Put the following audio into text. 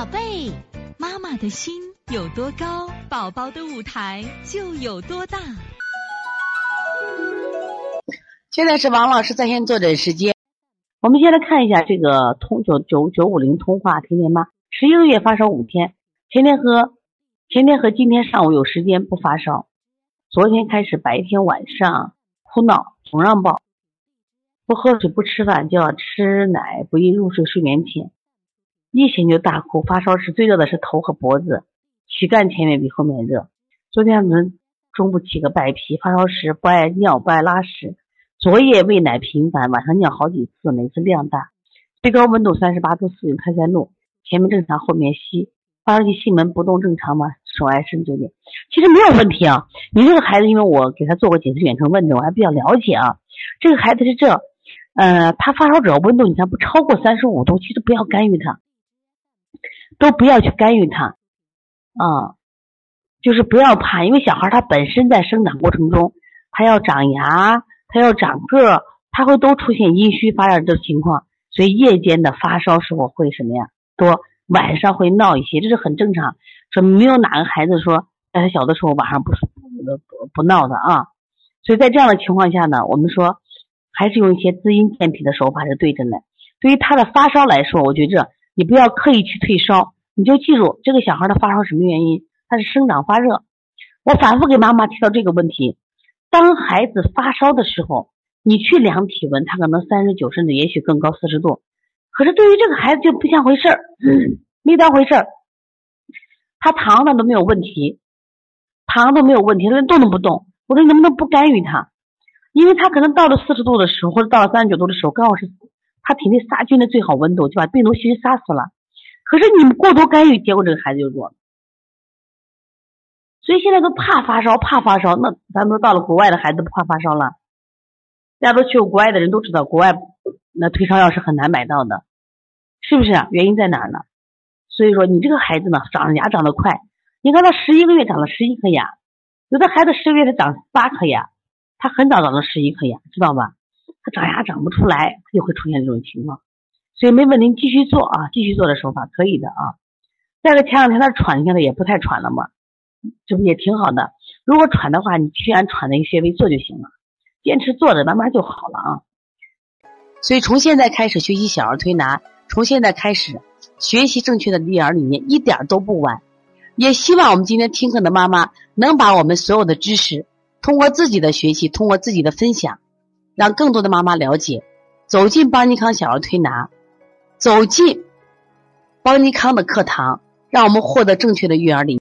宝贝，妈妈的心有多高，宝宝的舞台就有多大。 现在是王老师在线坐诊时间。我们先来看一下这个950通话甜甜妈，11个月发烧5天，前天和今天上午有时间不发烧，昨天开始白天晚上哭闹总让抱，不喝水不吃饭就要吃奶，不宜入睡，睡眠前一醒就大哭，发烧时最热的是头和脖子，躯干前面比后面热，昨天可能中部起个败皮，发烧时不爱尿不爱拉屎，昨夜喂奶频繁，晚上尿好几次，每次量大，最高温度38度4，开塞露，前面正常后面稀，发烧期囟门不动正常吗？手爱伸嘴点，其实没有问题啊。你这个孩子因为我给他做过紧次远程问诊，我还比较了解啊。这个孩子是他发烧只要温度你看不超过35度，其实不要干预他，都不要去干预他啊，就是不要怕，因为小孩他本身在生长过程中，他要长牙，他要长个，他会都出现阴虚发热的情况，所以夜间的发烧时候会什么呀多，晚上会闹一些，这是很正常，说没有哪个孩子说在他小的时候晚上不闹的啊。所以在这样的情况下呢，我们说还是用一些滋阴健脾的手法是对症的。对于他的发烧来说，我觉着你不要刻意去退烧，你就记住这个小孩的发烧什么原因，他是生长发热。我反复给妈妈提到这个问题，当孩子发烧的时候，你去量体温，他可能39甚至也许更高40度，可是对于这个孩子就不像回事儿，没当回事儿，他糖呢都没有问题，他动都不动，我说你能不能不干预他，因为他可能到了40度的时候，或者到了39度的时候，刚好是他体内杀菌的最好温度，就把病毒其实杀死了，可是你们过多干预，结果这个孩子就弱了。所以现在都怕发烧，那咱们都到了国外的孩子不怕发烧了，大家都去过国外的人都知道，国外那退烧药是很难买到的，是不是啊？原因在哪儿呢？所以说你这个孩子呢，长牙长得快，你看他11个月长了11颗牙，有的孩子10个月他长8颗牙，他很早长了11颗牙，知道吧？他长牙长不出来，他就会出现这种情况，所以没问题，继续做啊，继续做的手法可以的啊。再个前两天他喘，现在也不太喘了嘛，这不也挺好的？如果喘的话，你去按喘的一个穴位做就行了，坚持做着慢慢就好了啊。所以从现在开始学习小儿推拿，从现在开始学习正确的育儿理念，一点都不晚。也希望我们今天听课的妈妈能把我们所有的知识通过自己的学习，通过自己的分享，让更多的妈妈了解，走进邦尼康小儿推拿，走进邦尼康的课堂，让我们获得正确的育儿理念。